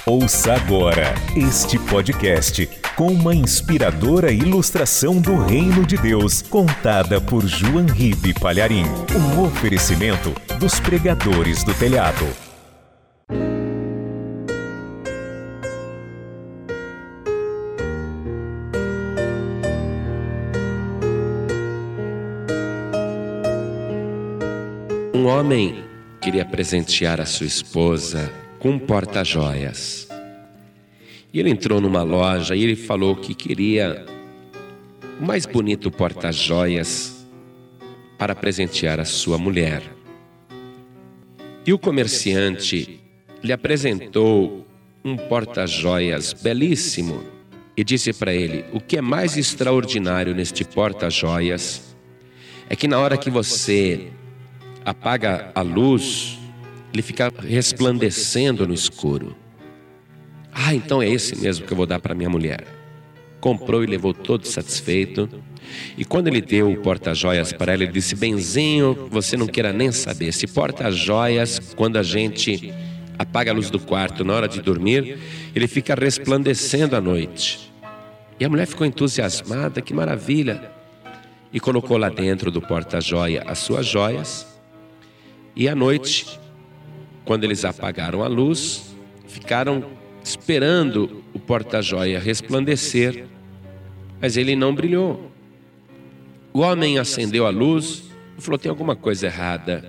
Ouça agora este podcast com uma inspiradora ilustração do Reino de Deus, contada por João Ribe Palharim. Um oferecimento dos Pregadores do Telhado. Um homem queria presentear a sua esposa com um porta-joias. E ele entrou numa loja e ele falou que queria o mais bonito porta-joias para presentear a sua mulher. E o comerciante lhe apresentou um porta-joias belíssimo e disse para ele: o que é mais extraordinário neste porta-joias é que na hora que você apaga a luz, ele fica resplandecendo no escuro. Ah, então é esse mesmo que eu vou dar para minha mulher. Comprou e levou todo satisfeito. E quando ele deu o porta-joias para ela, ele disse: benzinho, você não queira nem saber. Esse porta-joias, quando a gente apaga a luz do quarto na hora de dormir, ele fica resplandecendo à noite. E a mulher ficou entusiasmada, que maravilha. E colocou lá dentro do porta-joia as suas joias. E à noite, quando eles apagaram a luz, ficaram esperando o porta-joia resplandecer, mas ele não brilhou. O homem acendeu a luz e falou: tem alguma coisa errada.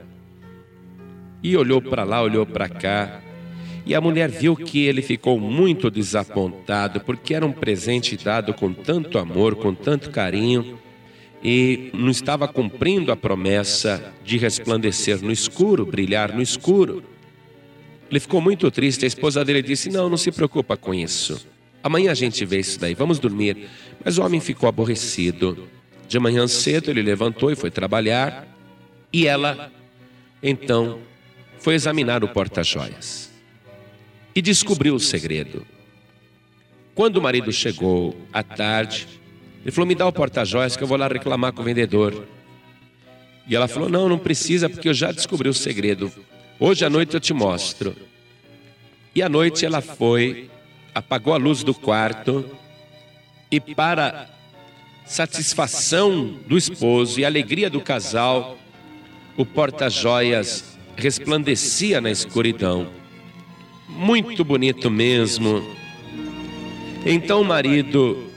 E olhou para lá, olhou para cá, e a mulher viu que ele ficou muito desapontado, porque era um presente dado com tanto amor, com tanto carinho, e não estava cumprindo a promessa de resplandecer no escuro, brilhar no escuro. Ele ficou muito triste. A esposa dele disse: não se preocupa com isso. Amanhã a gente vê isso daí, vamos dormir. Mas o homem ficou aborrecido. De manhã cedo ele levantou e foi trabalhar. E ela, então, foi examinar o porta-joias. E descobriu o segredo. Quando o marido chegou à tarde, ele falou: me dá o porta-joias que eu vou lá reclamar com o vendedor. E ela falou: não precisa, porque eu já descobri o segredo. Hoje à noite eu te mostro. E à noite ela foi, apagou a luz do quarto e, para satisfação do esposo e alegria do casal, o porta-joias resplandecia na escuridão. Muito bonito mesmo. Então o marido,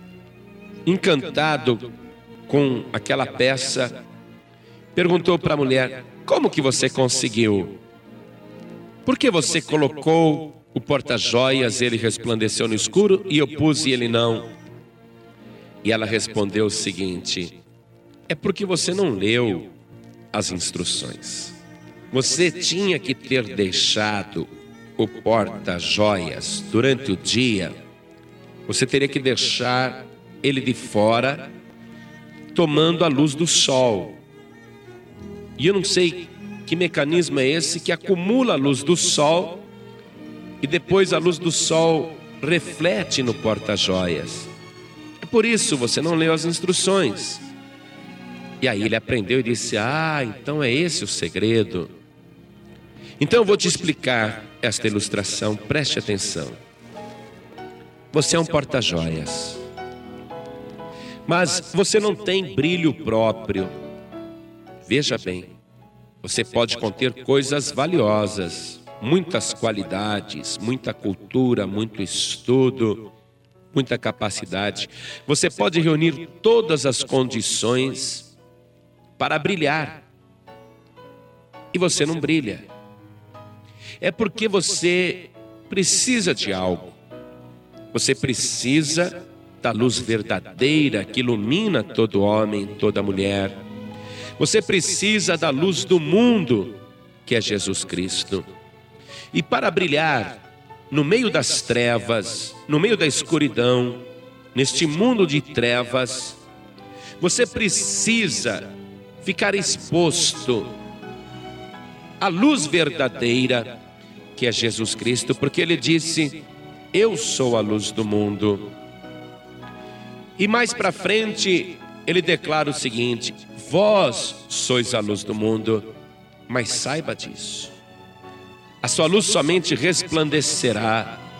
encantado com aquela peça, perguntou para a mulher: como que você conseguiu? Por que você colocou o porta-joias e ele resplandeceu no escuro e eu pus e ele não? E ela respondeu o seguinte: é porque você não leu as instruções. Você tinha que ter deixado o porta-joias durante o dia. Você teria que deixar ele de fora, tomando a luz do sol. E eu não sei que mecanismo é esse que acumula a luz do sol e depois a luz do sol reflete no porta-joias. É por isso você não leu as instruções. E aí ele aprendeu e disse: então é esse o segredo. Então eu vou te explicar esta ilustração, preste atenção. Você é um porta-joias, mas você não tem brilho próprio. Veja bem, você pode conter coisas valiosas, muitas qualidades, muita cultura, muito estudo, muita capacidade. Você pode reunir todas as condições para brilhar e você não brilha. É porque você precisa de algo. Você precisa da luz verdadeira que ilumina todo homem, toda mulher. Você precisa da luz do mundo, que é Jesus Cristo. E para brilhar no meio das trevas, no meio da escuridão, neste mundo de trevas, você precisa ficar exposto à luz verdadeira, que é Jesus Cristo, porque Ele disse: eu sou a luz do mundo. E mais para frente, Ele declara o seguinte: vós sois a luz do mundo, mas saiba disso. A sua luz somente resplandecerá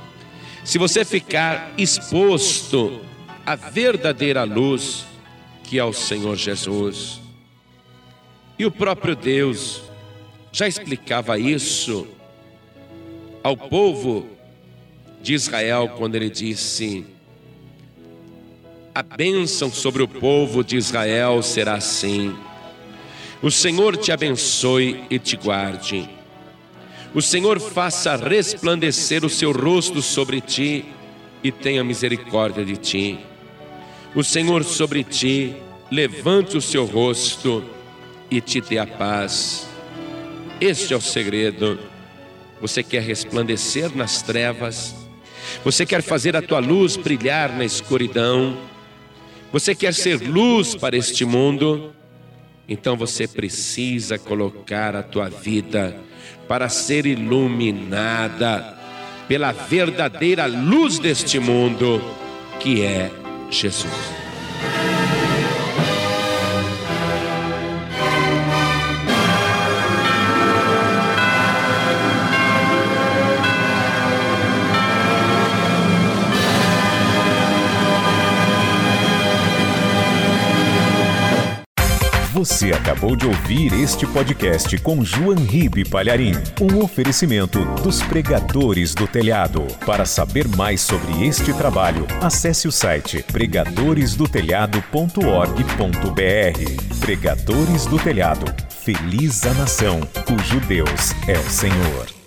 se você ficar exposto à verdadeira luz, que é o Senhor Jesus. E o próprio Deus já explicava isso ao povo de Israel quando ele disse: a bênção sobre o povo de Israel será assim: o Senhor te abençoe e te guarde. O Senhor faça resplandecer o seu rosto sobre ti e tenha misericórdia de ti. O Senhor sobre ti levante o seu rosto e te dê a paz. Este é o segredo. Você quer resplandecer nas trevas? Você quer fazer a tua luz brilhar na escuridão? Você quer ser luz para este mundo? Então você precisa colocar a tua vida para ser iluminada pela verdadeira luz deste mundo, que é Jesus. Você acabou de ouvir este podcast com João Ribe Palharim, um oferecimento dos Pregadores do Telhado. Para saber mais sobre este trabalho, acesse o site pregadoresdotelhado.org.br. Pregadores do Telhado, feliz a nação cujo Deus é o Senhor.